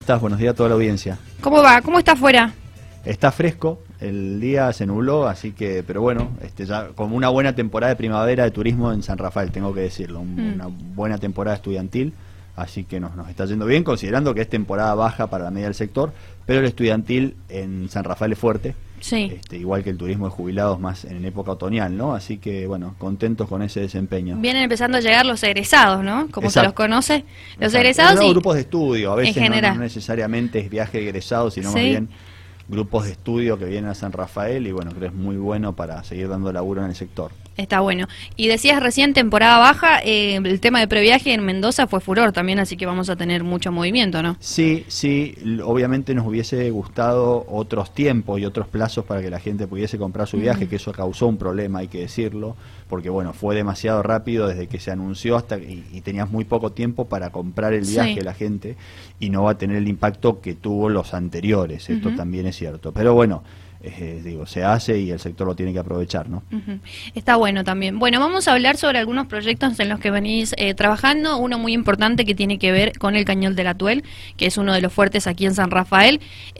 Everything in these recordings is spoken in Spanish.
¿Estás? Buenos días a toda la audiencia. ¿Cómo va? ¿Cómo está afuera? Está fresco, el día se nubló, así que, pero bueno, ya como una buena temporada de primavera de turismo en San Rafael, tengo que decirlo, una buena temporada estudiantil, así que nos está yendo bien, considerando que es temporada baja para la media del sector, pero el estudiantil en San Rafael es fuerte, sí. Igual que el turismo de jubilados más en época otoñal, ¿no? Así que, bueno, contentos con ese desempeño. Vienen empezando a llegar los egresados, ¿no? Como Exacto. se los conoce. Los Exacto. egresados y grupos de estudio, a veces no necesariamente es viaje de egresados, sino ¿sí? más bien grupos de estudio que vienen a San Rafael y bueno, creo que es muy bueno para seguir dando laburo en el sector. Está bueno. Y decías recién temporada baja, el tema de previaje en Mendoza fue furor también, así que vamos a tener mucho movimiento, ¿no? Sí, obviamente nos hubiese gustado otros tiempos y otros plazos para que la gente pudiese comprar su viaje, que eso causó un problema, hay que decirlo, porque bueno, fue demasiado rápido desde que se anunció hasta y tenías muy poco tiempo para comprar el viaje de la gente y no va a tener el impacto que tuvo los anteriores, esto también es cierto, pero bueno, se hace y el sector lo tiene que aprovechar, ¿no? Está bueno también. Bueno, vamos a hablar sobre algunos proyectos en los que venís trabajando, uno muy importante que tiene que ver con el Cañón del Atuel, que es uno de los fuertes aquí en San Rafael.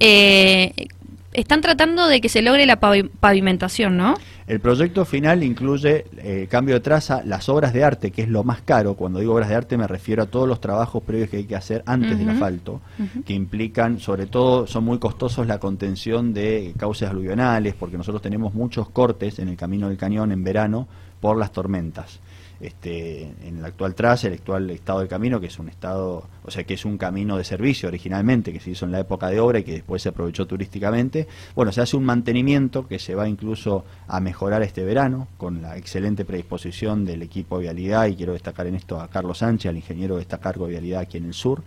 Están tratando de que se logre la pavimentación, ¿no? El proyecto final incluye cambio de traza, las obras de arte, que es lo más caro. Cuando digo obras de arte me refiero a todos los trabajos previos que hay que hacer antes del asfalto, que implican, sobre todo, son muy costosos la contención de cauces aluvionales, porque nosotros tenemos muchos cortes en el Camino del Cañón en verano por las tormentas. En el actual traza, el actual estado del camino, que es un estado, o sea, que es un camino de servicio originalmente, que se hizo en la época de obra y que después se aprovechó turísticamente. Bueno, se hace un mantenimiento que se va incluso a mejorar este verano, con la excelente predisposición del equipo de vialidad, y quiero destacar en esto a Carlos Sánchez, al ingeniero que está a cargo de vialidad aquí en el sur.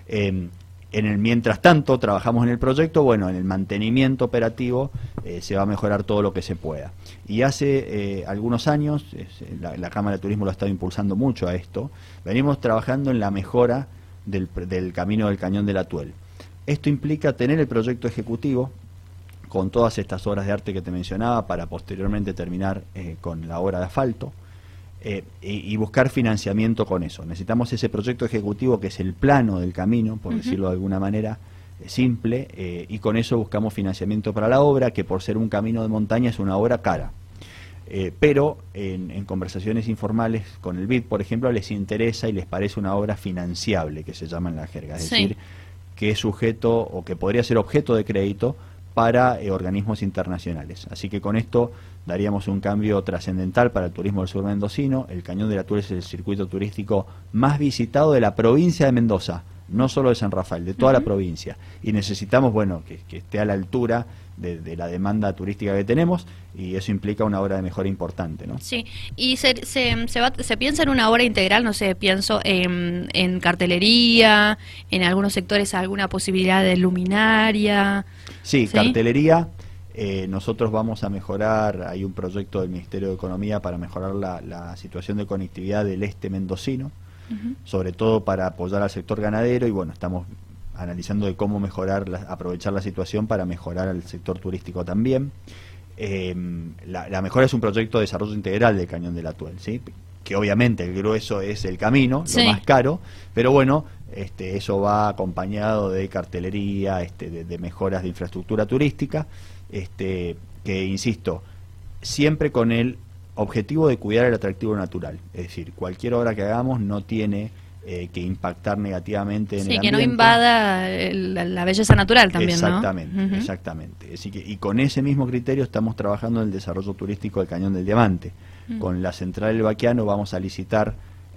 Mientras tanto, trabajamos en el proyecto, bueno, en el mantenimiento operativo se va a mejorar todo lo que se pueda. Y hace algunos años, la Cámara de Turismo lo ha estado impulsando mucho a esto, venimos trabajando en la mejora del camino del Cañón del Atuel. Esto implica tener el proyecto ejecutivo con todas estas obras de arte que te mencionaba para posteriormente terminar con la obra de asfalto. Y buscar financiamiento con eso. Necesitamos ese proyecto ejecutivo que es el plano del camino, por decirlo de alguna manera simple, y con eso buscamos financiamiento para la obra, que por ser un camino de montaña es una obra cara. Pero en conversaciones informales con el BID, por ejemplo, les interesa y les parece una obra financiable, que se llama en la jerga, es decir, que es sujeto o que podría ser objeto de crédito para organismos internacionales. Así que con esto daríamos un cambio trascendental para el turismo del sur mendocino. El Cañón del Atuel es el circuito turístico más visitado de la provincia de Mendoza, no solo de San Rafael, de toda la provincia. Y necesitamos, bueno, que esté a la altura de la demanda turística que tenemos, y eso implica una obra de mejora importante, ¿no? Sí, y se piensa en una obra integral, no sé, pienso en cartelería, en algunos sectores alguna posibilidad de luminaria. Sí, cartelería. Nosotros vamos a mejorar, hay un proyecto del Ministerio de Economía para mejorar la situación de conectividad del este mendocino, sobre todo para apoyar al sector ganadero, y bueno, estamos analizando de cómo aprovechar la situación para mejorar al sector turístico también. La mejora es un proyecto de desarrollo integral del Cañón del Atuel, ¿sí? Que obviamente el grueso es el camino, lo más caro, pero bueno, eso va acompañado de cartelería, de mejoras de infraestructura turística, que insisto, siempre con el objetivo de cuidar el atractivo natural, es decir, cualquier obra que hagamos no tiene que impactar negativamente en el ambiente. Sí, que no invada la belleza natural también, exactamente, ¿no? Exactamente. Así que, y con ese mismo criterio estamos trabajando en el desarrollo turístico del Cañón del Diamante. Con la Central del Baquiano vamos a licitar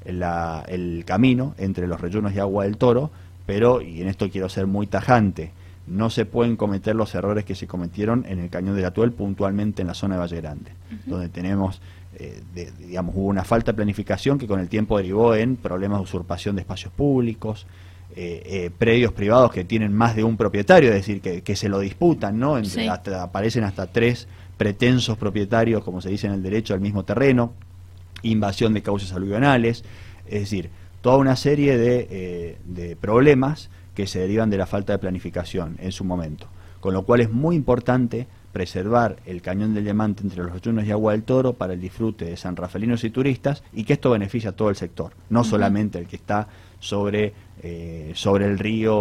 el camino entre los rellenos y Agua del Toro, pero, y en esto quiero ser muy tajante, no se pueden cometer los errores que se cometieron en el Cañón del Atuel, puntualmente en la zona de Valle Grande, donde tenemos, hubo una falta de planificación que con el tiempo derivó en problemas de usurpación de espacios públicos, predios privados que tienen más de un propietario, es decir, que se lo disputan, ¿no? Aparecen hasta 3 pretensos propietarios, como se dice en el derecho, del mismo terreno, invasión de cauces aluvionales, es decir, toda una serie de problemas que se derivan de la falta de planificación en su momento. con lo cual es muy importante preservar el Cañón del Diamante entre los Yunos y Agua del Toro para el disfrute de sanrafalinos y turistas, y que esto beneficia a todo el sector, no solamente el que está sobre el río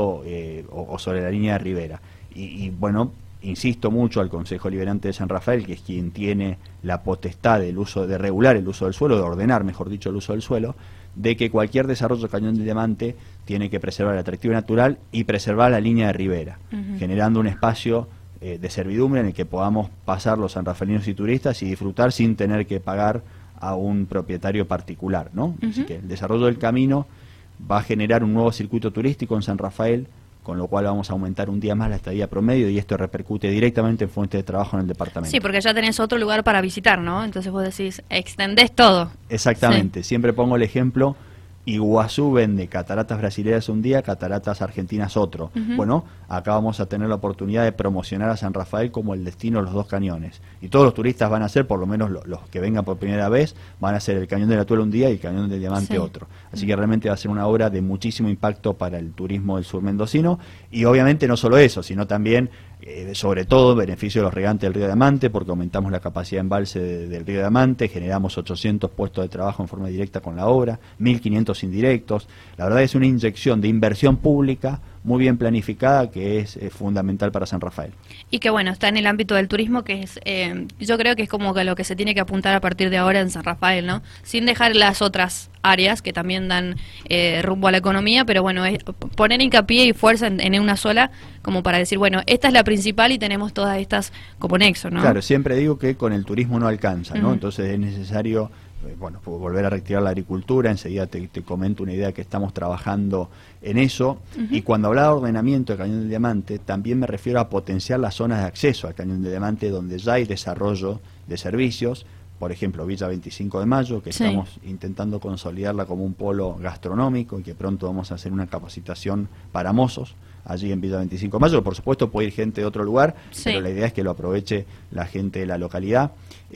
o sobre la línea de ribera. Y bueno, insisto mucho al Consejo Liberante de San Rafael, que es quien tiene la potestad de regular el uso del suelo, de ordenar, mejor dicho, el uso del suelo, de que cualquier desarrollo del Cañón del Diamante tiene que preservar el atractivo natural y preservar la línea de ribera, generando un espacio de servidumbre en el que podamos pasar los sanrafalinos y turistas y disfrutar sin tener que pagar a un propietario particular, ¿no? Así que el desarrollo del camino va a generar un nuevo circuito turístico en San Rafael, con lo cual vamos a aumentar un día más la estadía promedio, y esto repercute directamente en fuentes de trabajo en el departamento. Sí, porque ya tenés otro lugar para visitar, ¿no? Entonces vos decís, extendés todo. Exactamente, siempre pongo el ejemplo: Iguazú vende cataratas brasileñas un día, cataratas argentinas otro. Bueno, acá vamos a tener la oportunidad de promocionar a San Rafael como el destino de los dos cañones. Y todos los turistas van a ser, por lo menos los que vengan por primera vez, van a ser el Cañón de la Tuel un día y el Cañón del Diamante otro. Así que realmente va a ser una obra de muchísimo impacto para el turismo del sur mendocino. Y obviamente no solo eso, sino también, sobre todo, beneficio de los regantes del río Diamante, porque aumentamos la capacidad de embalse del río Diamante, generamos 800 puestos de trabajo en forma directa con la obra, 1.500 indirectos. La verdad es una inyección de inversión pública muy bien planificada, que es fundamental para San Rafael. Y que bueno, está en el ámbito del turismo, que es, yo creo que es como que lo que se tiene que apuntar a partir de ahora en San Rafael, ¿no? Sin dejar las otras áreas que también dan rumbo a la economía, pero bueno, es poner hincapié y fuerza en una sola, como para decir, bueno, esta es la principal y tenemos todas estas como nexo, ¿no? Claro, siempre digo que con el turismo no alcanza, ¿no? Entonces es necesario, bueno, volver a reactivar la agricultura. Enseguida te comento una idea que estamos trabajando en eso. Y cuando hablaba de ordenamiento del Cañón del Diamante, también me refiero a potenciar las zonas de acceso al Cañón del Diamante donde ya hay desarrollo de servicios. Por ejemplo, Villa 25 de Mayo, que estamos intentando consolidarla como un polo gastronómico, y que pronto vamos a hacer una capacitación para mozos allí en Villa 25 de Mayo. Por supuesto puede ir gente de otro lugar, pero la idea es que lo aproveche la gente de la localidad.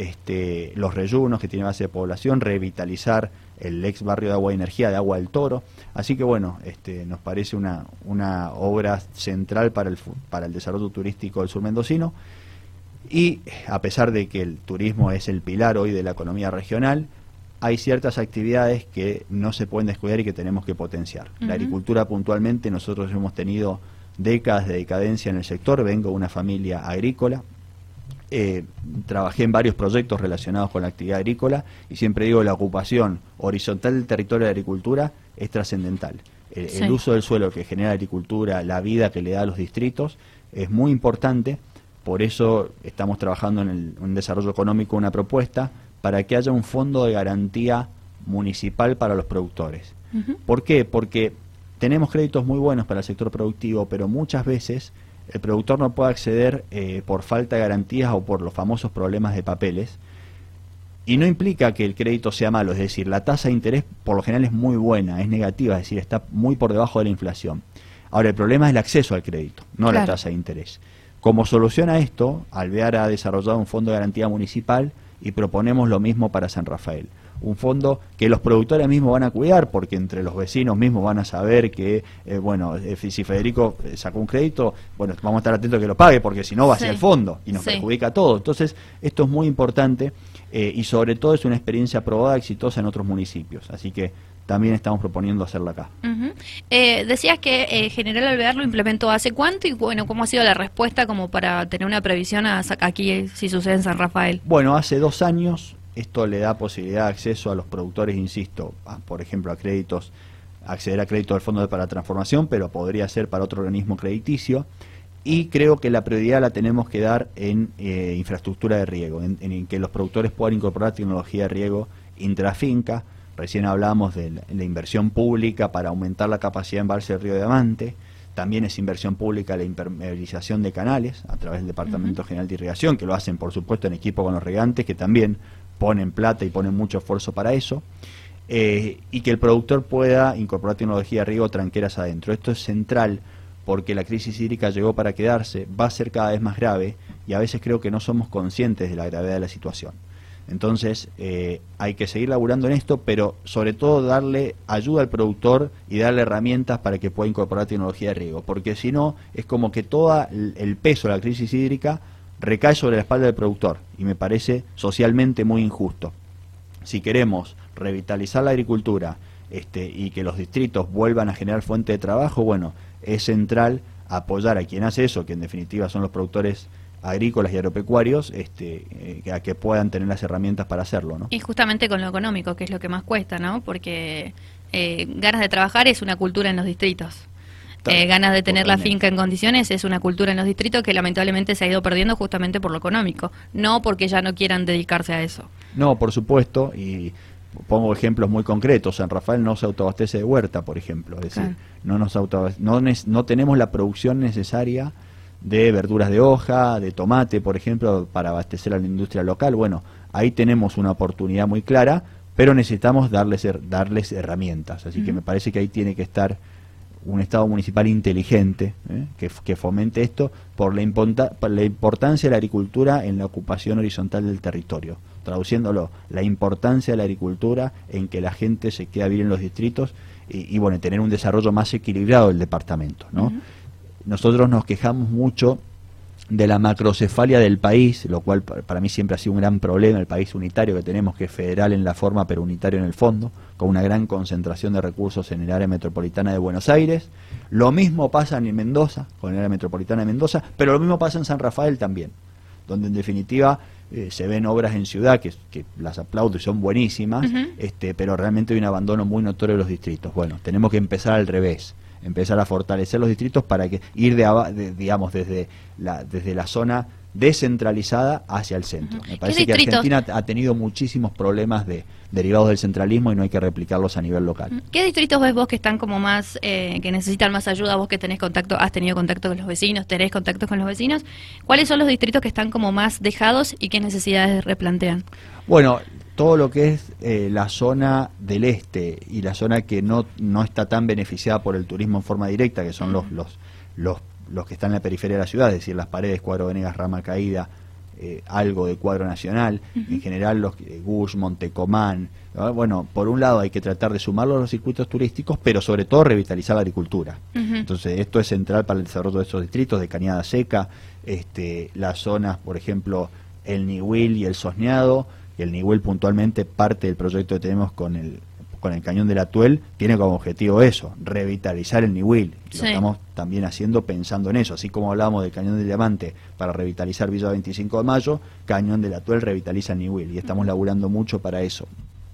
Los Reyunos, que tiene base de población, revitalizar el ex barrio de Agua y Energía de Agua del Toro. Así que bueno, nos parece una obra central para el desarrollo turístico del sur mendocino. Y a pesar de que el turismo es el pilar hoy de la economía regional, hay ciertas actividades que no se pueden descuidar y que tenemos que potenciar. La agricultura, puntualmente, nosotros hemos tenido décadas de decadencia en el sector. Vengo de una familia agrícola, trabajé en varios proyectos relacionados con la actividad agrícola, y siempre digo, la ocupación horizontal del territorio de agricultura es trascendental. El uso del suelo que genera la agricultura, la vida que le da a los distritos, es muy importante. Por eso estamos trabajando en un desarrollo económico, una propuesta para que haya un fondo de garantía municipal para los productores. ¿Por qué? Porque tenemos créditos muy buenos para el sector productivo, pero muchas veces el productor no puede acceder por falta de garantías o por los famosos problemas de papeles. Y no implica que el crédito sea malo, es decir, la tasa de interés por lo general es muy buena, es negativa, es decir, está muy por debajo de la inflación. Ahora, el problema es el acceso al crédito, no la tasa de interés. Como solución a esto, Alvear ha desarrollado un fondo de garantía municipal y proponemos lo mismo para San Rafael. Un fondo que los productores mismos van a cuidar, porque entre los vecinos mismos van a saber que, si Federico sacó un crédito, bueno, vamos a estar atentos a que lo pague, porque si no va hacia el fondo y nos perjudica a todos. Entonces, esto es muy importante y sobre todo es una experiencia probada, exitosa en otros municipios. Así que también estamos proponiendo hacerla acá. Decías que General Alvear lo implementó hace cuánto, y bueno, ¿cómo ha sido la respuesta como para tener una previsión aquí si sucede en San Rafael? Bueno, hace 2 años. Esto le da posibilidad de acceso a los productores, insisto, por ejemplo, a créditos, acceder a créditos del Fondo para Transformación, pero podría ser para otro organismo crediticio. Y creo que la prioridad la tenemos que dar en infraestructura de riego, en que los productores puedan incorporar tecnología de riego intrafinca. Recién hablábamos de la inversión pública para aumentar la capacidad de embalse del río Diamante. También es inversión pública la impermeabilización de canales a través del Departamento General de Irrigación, que lo hacen, por supuesto, en equipo con los regantes, que también ponen plata y ponen mucho esfuerzo para eso. Y que el productor pueda incorporar tecnología de riego tranqueras adentro. Esto es central porque la crisis hídrica llegó para quedarse, va a ser cada vez más grave, y a veces creo que no somos conscientes de la gravedad de la situación. Entonces hay que seguir laburando en esto, pero sobre todo darle ayuda al productor y darle herramientas para que pueda incorporar tecnología de riego, porque si no es como que todo el peso de la crisis hídrica recae sobre la espalda del productor y me parece socialmente muy injusto. Si queremos revitalizar la agricultura y que los distritos vuelvan a generar fuente de trabajo, bueno, es central apoyar a quien hace eso, que en definitiva son los productores agrícolas y agropecuarios, a que puedan tener las herramientas para hacerlo, ¿no? Y justamente con lo económico, que es lo que más cuesta, ¿no? Porque ganas de trabajar es una cultura en los distritos. Ganas de tener la finca en condiciones es una cultura en los distritos que lamentablemente se ha ido perdiendo justamente por lo económico, no porque ya no quieran dedicarse a eso. No, por supuesto, y pongo ejemplos muy concretos. San Rafael no se autoabastece de huerta, por ejemplo, es decir, no tenemos la producción necesaria de verduras de hoja, de tomate, por ejemplo, para abastecer a la industria local. Bueno, ahí tenemos una oportunidad muy clara, pero necesitamos darles herramientas, así que me parece que ahí tiene que estar un Estado municipal inteligente, que fomente esto por la importancia de la agricultura en la ocupación horizontal del territorio. Traduciéndolo, la importancia de la agricultura en que la gente se quede a vivir en los distritos y bueno, tener un desarrollo más equilibrado del departamento, ¿no? Nosotros nos quejamos mucho de la macrocefalia del país, lo cual para mí siempre ha sido un gran problema, el país unitario que tenemos, que es federal en la forma pero unitario en el fondo, con una gran concentración de recursos en el área metropolitana de Buenos Aires. Lo mismo pasa en Mendoza, con el área metropolitana de Mendoza, pero lo mismo pasa en San Rafael también, donde en definitiva se ven obras en ciudad que las aplaudo y son buenísimas, pero realmente hay un abandono muy notorio de los distritos. Bueno, tenemos que empezar al revés, empezar a fortalecer los distritos para que ir digamos desde la zona descentralizada hacia el centro. Me parece que Argentina ha tenido muchísimos problemas derivados del centralismo y no hay que replicarlos a nivel local. ¿Qué distritos ves vos que están como más, que necesitan más ayuda? Vos que tenés contacto, has tenido contacto con los vecinos, tenés contactos con los vecinos. ¿Cuáles son los distritos que están como más dejados y qué necesidades replantean? Bueno, todo lo que es la zona del este y la zona que no está tan beneficiada por el turismo en forma directa, que son los que están en la periferia de la ciudad, es decir, Las Paredes, Cuadro Venegas, Rama Caída, algo de Cuadro Nacional, en general los Gush, Montecomán, ¿no? Bueno, por un lado hay que tratar de sumarlo a los circuitos turísticos, pero sobre todo revitalizar la agricultura. Entonces esto es central para el desarrollo de estos distritos, de Cañada Seca, las zonas, por ejemplo, el Nihuil y el Sosneado. El Nihuil puntualmente, parte del proyecto que tenemos con el Cañón del Atuel, tiene como objetivo eso, revitalizar el Nihuil. Lo estamos también haciendo pensando en eso, así como hablábamos del Cañón del Diamante para revitalizar Villa 25 de Mayo, Cañón del Atuel revitaliza el Nihuil y estamos laburando mucho para eso.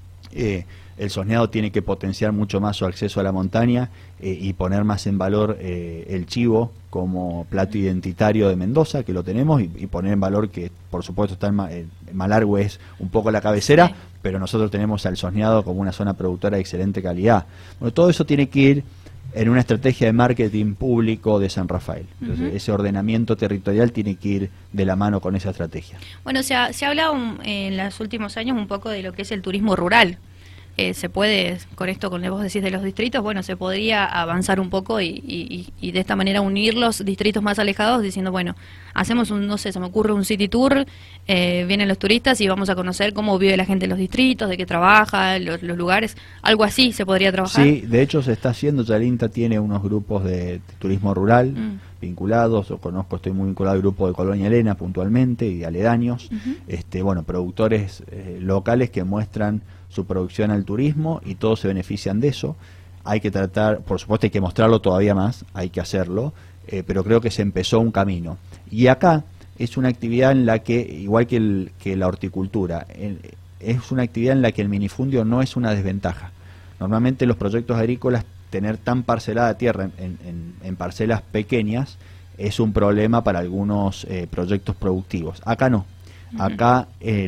El Sosneado tiene que potenciar mucho más su acceso a la montaña y poner más en valor el chivo como plato identitario de Mendoza, que lo tenemos, y poner en valor que, por supuesto, está Malargüe es un poco la cabecera, pero nosotros tenemos al Sosneado como una zona productora de excelente calidad. Bueno, todo eso tiene que ir en una estrategia de marketing público de San Rafael. Entonces, ese ordenamiento territorial tiene que ir de la mano con esa estrategia. Bueno, se ha hablado en los últimos años un poco de lo que es el turismo rural. Se puede, con esto, con lo que vos decís de los distritos, bueno, se podría avanzar un poco y de esta manera unir los distritos más alejados diciendo, bueno, hacemos no sé, se me ocurre un city tour, vienen los turistas y vamos a conocer cómo vive la gente en los distritos, de qué trabaja, los lugares, algo así se podría trabajar. Sí, de hecho se está haciendo, ya el INTA tiene unos grupos de turismo rural vinculados, o conozco, estoy muy vinculado al grupo de Colonia Elena puntualmente y aledaños, bueno, productores locales que muestran su producción al turismo y todos se benefician de eso. Hay que tratar, por supuesto hay que mostrarlo todavía más, hay que hacerlo, pero creo que se empezó un camino. Y acá es una actividad en la que, igual que la horticultura, es una actividad en la que el minifundio no es una desventaja. Normalmente los proyectos agrícolas, tener tan parcelada tierra en parcelas pequeñas es un problema para algunos proyectos productivos. Acá no. Acá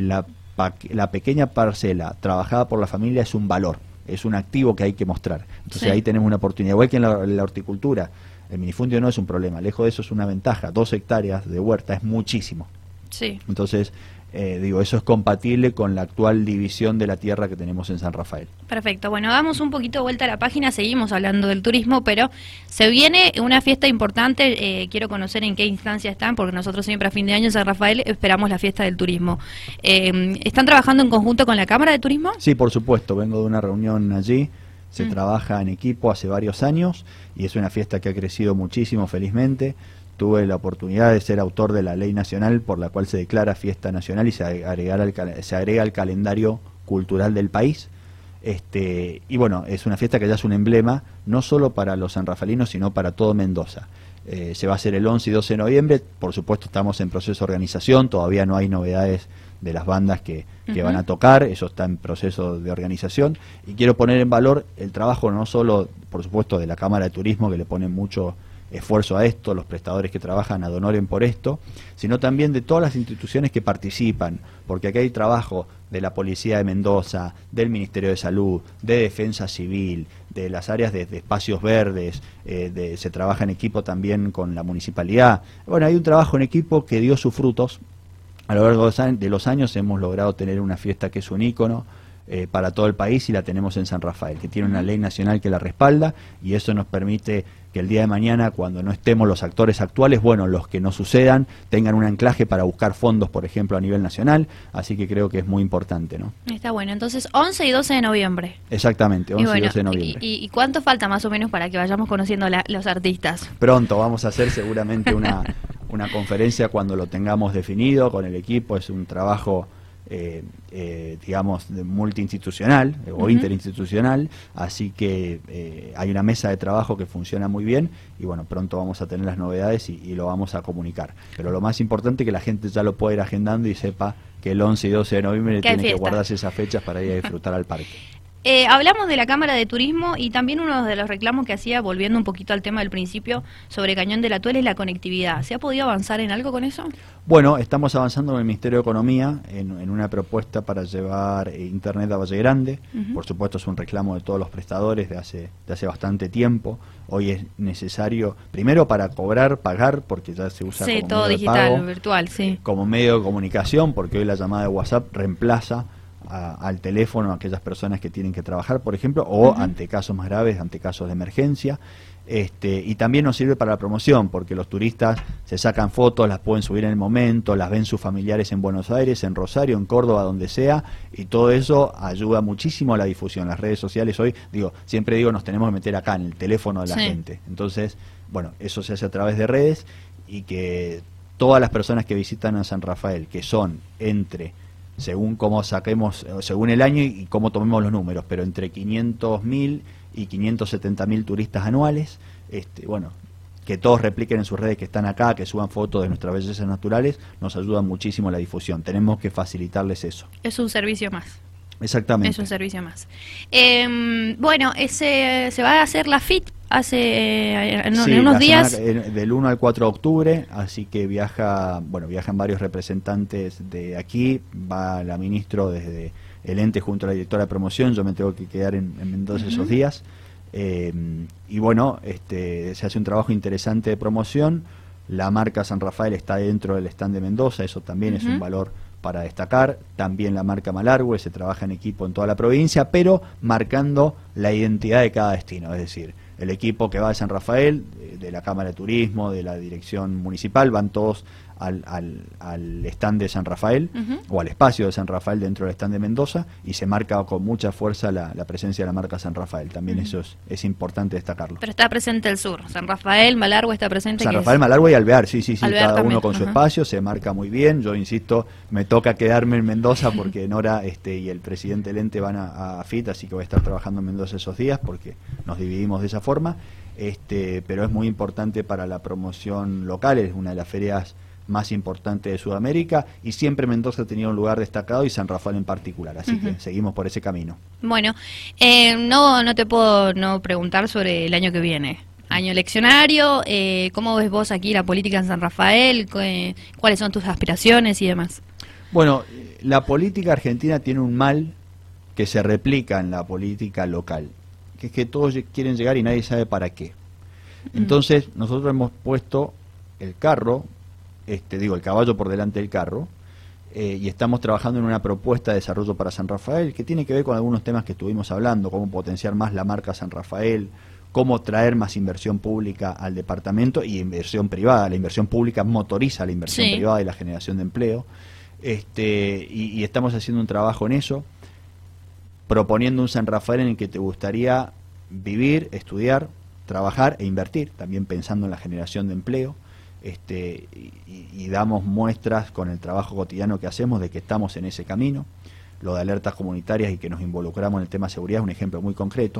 la pequeña parcela trabajada por la familia es un valor, es un activo que hay que mostrar. Entonces ahí tenemos una oportunidad. Igual que en la horticultura, el minifundio no es un problema, lejos de eso es una ventaja. 2 hectáreas de huerta es muchísimo. Entonces digo, eso es compatible con la actual división de la tierra que tenemos en San Rafael. Perfecto, bueno, damos un poquito vuelta a la página, seguimos hablando del turismo, pero se viene una fiesta importante, quiero conocer en qué instancia están, porque nosotros siempre a fin de año en San Rafael esperamos la fiesta del turismo. ¿Están trabajando en conjunto con la Cámara de Turismo? Sí, por supuesto, vengo de una reunión allí, se trabaja en equipo hace varios años y es una fiesta que ha crecido muchísimo, felizmente. Tuve la oportunidad de ser autor de la ley nacional por la cual se declara fiesta nacional y se agrega al calendario cultural del país. Y bueno, es una fiesta que ya es un emblema, no solo para los sanrafalinos, sino para todo Mendoza. Se va a hacer el 11 y 12 de noviembre, por supuesto estamos en proceso de organización, todavía no hay novedades de las bandas que van a tocar, eso está en proceso de organización, y quiero poner en valor el trabajo no solo, por supuesto, de la Cámara de Turismo, que le pone mucho esfuerzo a esto, los prestadores que trabajan ad honorem por esto, sino también de todas las instituciones que participan, porque aquí hay trabajo de la Policía de Mendoza, del Ministerio de Salud, de Defensa Civil, de las áreas de espacios verdes, se trabaja en equipo también con la municipalidad. Bueno, hay un trabajo en equipo que dio sus frutos. A lo largo de los años hemos logrado tener una fiesta que es un ícono para todo el país y la tenemos en San Rafael, que tiene una ley nacional que la respalda y eso nos permite que el día de mañana, cuando no estemos los actores actuales, bueno, los que no sucedan, tengan un anclaje para buscar fondos, por ejemplo, a nivel nacional, así que creo que es muy importante, ¿no? Está bueno, entonces 11 y 12 de noviembre. Exactamente, 11 y 12 de noviembre. ¿Y cuánto falta más o menos para que vayamos conociendo los artistas? Pronto vamos a hacer seguramente una conferencia cuando lo tengamos definido con el equipo, es un trabajo digamos multiinstitucional o interinstitucional, así que hay una mesa de trabajo que funciona muy bien y bueno, pronto vamos a tener las novedades y lo vamos a comunicar, pero lo más importante es que la gente ya lo pueda ir agendando y sepa que el 11 y 12 de noviembre tiene que guardarse esas fechas para ir a disfrutar al parque. Hablamos de la Cámara de Turismo y también uno de los reclamos que hacía, volviendo un poquito al tema del principio, sobre Cañón de la Tuela, es la conectividad. ¿Se ha podido avanzar en algo con eso? Bueno, estamos avanzando en el Ministerio de Economía en una propuesta para llevar Internet a Valle Grande. Por supuesto es un reclamo de todos los prestadores de hace bastante tiempo. Hoy es necesario, primero para pagar, porque ya se usa como todo medio digital, de pago, virtual, sí. Como medio de comunicación, porque hoy la llamada de WhatsApp reemplaza al teléfono a aquellas personas que tienen que trabajar, por ejemplo, o ante casos más graves, ante casos de emergencia. Y también nos sirve para la promoción, porque los turistas se sacan fotos, las pueden subir en el momento, las ven sus familiares en Buenos Aires, en Rosario, en Córdoba, donde sea, y todo eso ayuda muchísimo a la difusión. Las redes sociales hoy, siempre digo, nos tenemos que meter acá en el teléfono de la gente. Entonces, bueno, eso se hace a través de redes y que todas las personas que visitan a San Rafael, que son según cómo saquemos, según el año y cómo tomemos los números, pero entre 500.000 y 570.000 turistas anuales, bueno, que todos repliquen en sus redes que están acá, que suban fotos de nuestras bellezas naturales, nos ayuda muchísimo a la difusión. Tenemos que facilitarles eso. Es un servicio más. Exactamente. Es un servicio más. Bueno, se va a hacer la FIT en unos días. Del 1 al 4 de octubre, así que viajan varios representantes de aquí, va la ministra desde el ente junto a la directora de promoción, yo me tengo que quedar en Mendoza esos días, y bueno, se hace un trabajo interesante de promoción, la marca San Rafael está dentro del stand de Mendoza, eso también es un valor para destacar, también la marca Malargüe, se trabaja en equipo en toda la provincia, pero marcando la identidad de cada destino, es decir, el equipo que va de San Rafael, de la Cámara de Turismo, de la Dirección Municipal, van todos al stand de San Rafael, o al espacio de San Rafael dentro del stand de Mendoza, y se marca con mucha fuerza la presencia de la marca San Rafael. También eso es importante destacarlo. Pero está presente el sur, San Rafael, Malargüe está presente. San Rafael, Malargüe y Alvear, sí, Alvear cada también. uno con su espacio, se marca muy bien. Yo insisto, me toca quedarme en Mendoza porque Nora y el presidente del ente van a FIT, así que voy a estar trabajando en Mendoza esos días porque nos dividimos de esa forma. Pero es muy importante para la promoción local, es una de las ferias más importante de Sudamérica y siempre Mendoza ha tenido un lugar destacado y San Rafael en particular, así que seguimos por ese camino. Bueno, no te puedo no preguntar sobre el año que viene. Año eleccionario, ¿cómo ves vos aquí la política en San Rafael? ¿Cuáles son tus aspiraciones y demás? Bueno, la política argentina tiene un mal que se replica en la política local, que es que todos quieren llegar y nadie sabe para qué. Entonces nosotros hemos puesto el carro, el caballo por delante del carro, y estamos trabajando en una propuesta de desarrollo para San Rafael que tiene que ver con algunos temas que estuvimos hablando, cómo potenciar más la marca San Rafael, cómo traer más inversión pública al departamento y inversión privada. La inversión pública motoriza la inversión privada y la generación de empleo. Y estamos haciendo un trabajo en eso, proponiendo un San Rafael en el que te gustaría vivir, estudiar, trabajar e invertir, también pensando en la generación de empleo. Y damos muestras con el trabajo cotidiano que hacemos de que estamos en ese camino. Lo de alertas comunitarias y que nos involucramos en el tema de seguridad es un ejemplo muy concreto,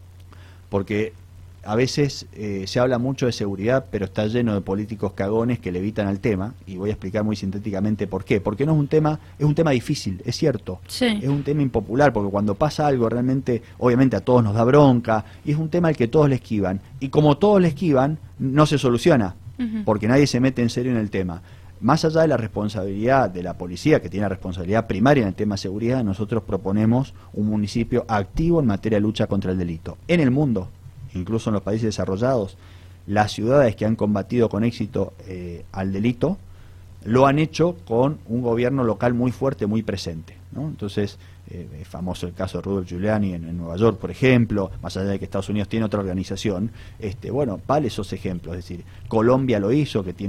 porque a veces se habla mucho de seguridad, pero está lleno de políticos cagones que le evitan al tema, y voy a explicar muy sintéticamente por qué. Porque no es un tema, es un tema difícil, es cierto, es un tema impopular, porque cuando pasa algo realmente, obviamente a todos nos da bronca, y es un tema al que todos le esquivan, y como todos le esquivan, no se soluciona, porque nadie se mete en serio en el tema. Más allá de la responsabilidad de la policía, que tiene la responsabilidad primaria en el tema de seguridad, nosotros proponemos un municipio activo en materia de lucha contra el delito. En el mundo, incluso en los países desarrollados, las ciudades que han combatido con éxito al delito, lo han hecho con un gobierno local muy fuerte, muy presente, ¿no? Entonces, es famoso el caso de Rudolph Giuliani en Nueva York, por ejemplo, más allá de que Estados Unidos tiene otra organización, bueno, vale esos ejemplos. Es decir, Colombia lo hizo, que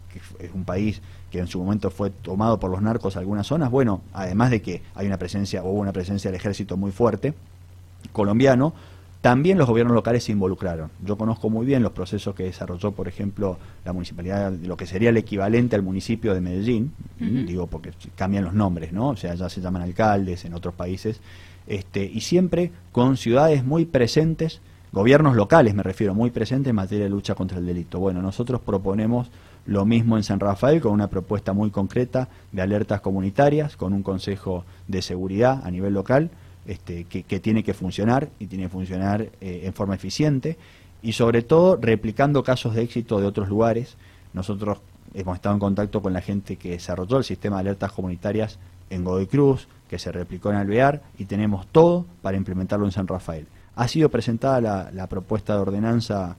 es un país que en su momento fue tomado por los narcos algunas zonas. Bueno, además de que hubo una presencia del ejército muy fuerte colombiano, también los gobiernos locales se involucraron. Yo conozco muy bien los procesos que desarrolló, por ejemplo, la municipalidad, lo que sería el equivalente al municipio de Medellín, digo porque cambian los nombres, ¿no? O sea, ya se llaman alcaldes en otros países, y siempre con ciudades muy presentes, gobiernos locales me refiero, muy presentes en materia de lucha contra el delito. Bueno, nosotros proponemos lo mismo en San Rafael, con una propuesta muy concreta de alertas comunitarias, con un consejo de seguridad a nivel local, que tiene que funcionar, y tiene que funcionar en forma eficiente, y sobre todo replicando casos de éxito de otros lugares. Nosotros hemos estado en contacto con la gente que desarrolló el sistema de alertas comunitarias en Godoy Cruz, que se replicó en Alvear, y tenemos todo para implementarlo en San Rafael. Ha sido presentada la propuesta de ordenanza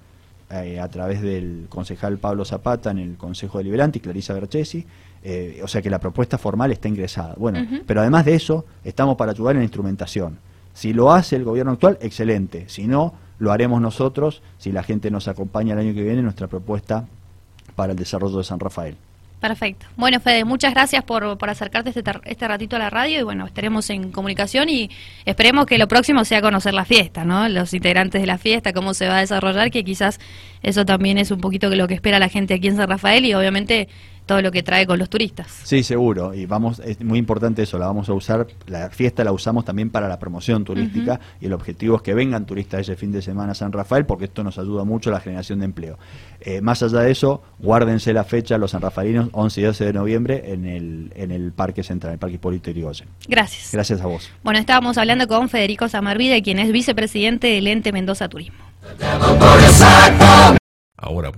a través del concejal Pablo Zapata en el Consejo Deliberante y Clarisa Garcesi, o sea que la propuesta formal está ingresada. Bueno, pero además de eso, estamos para ayudar en la instrumentación. Si lo hace el gobierno actual, excelente. Si no, lo haremos nosotros, si la gente nos acompaña el año que viene en nuestra propuesta para el desarrollo de San Rafael. Perfecto. Bueno, Fede, muchas gracias por acercarte este ratito a la radio, y bueno, estaremos en comunicación y esperemos que lo próximo sea conocer la fiesta, ¿no? Los integrantes de la fiesta, cómo se va a desarrollar, que quizás eso también es un poquito lo que espera la gente aquí en San Rafael, y obviamente todo lo que trae con los turistas. Sí, seguro, y es muy importante eso, la vamos a usar, la fiesta la usamos también para la promoción turística, y el objetivo es que vengan turistas ese fin de semana a San Rafael, porque esto nos ayuda mucho a la generación de empleo. Más allá de eso, guárdense la fecha los sanrafalinos, 11 y 12 de noviembre, en el Parque Central, el Parque Hipólito Yrigoyen. Gracias. Gracias a vos. Bueno, estábamos hablando con Federico Samarvide, quien es vicepresidente del Ente Mendoza Turismo. Ahora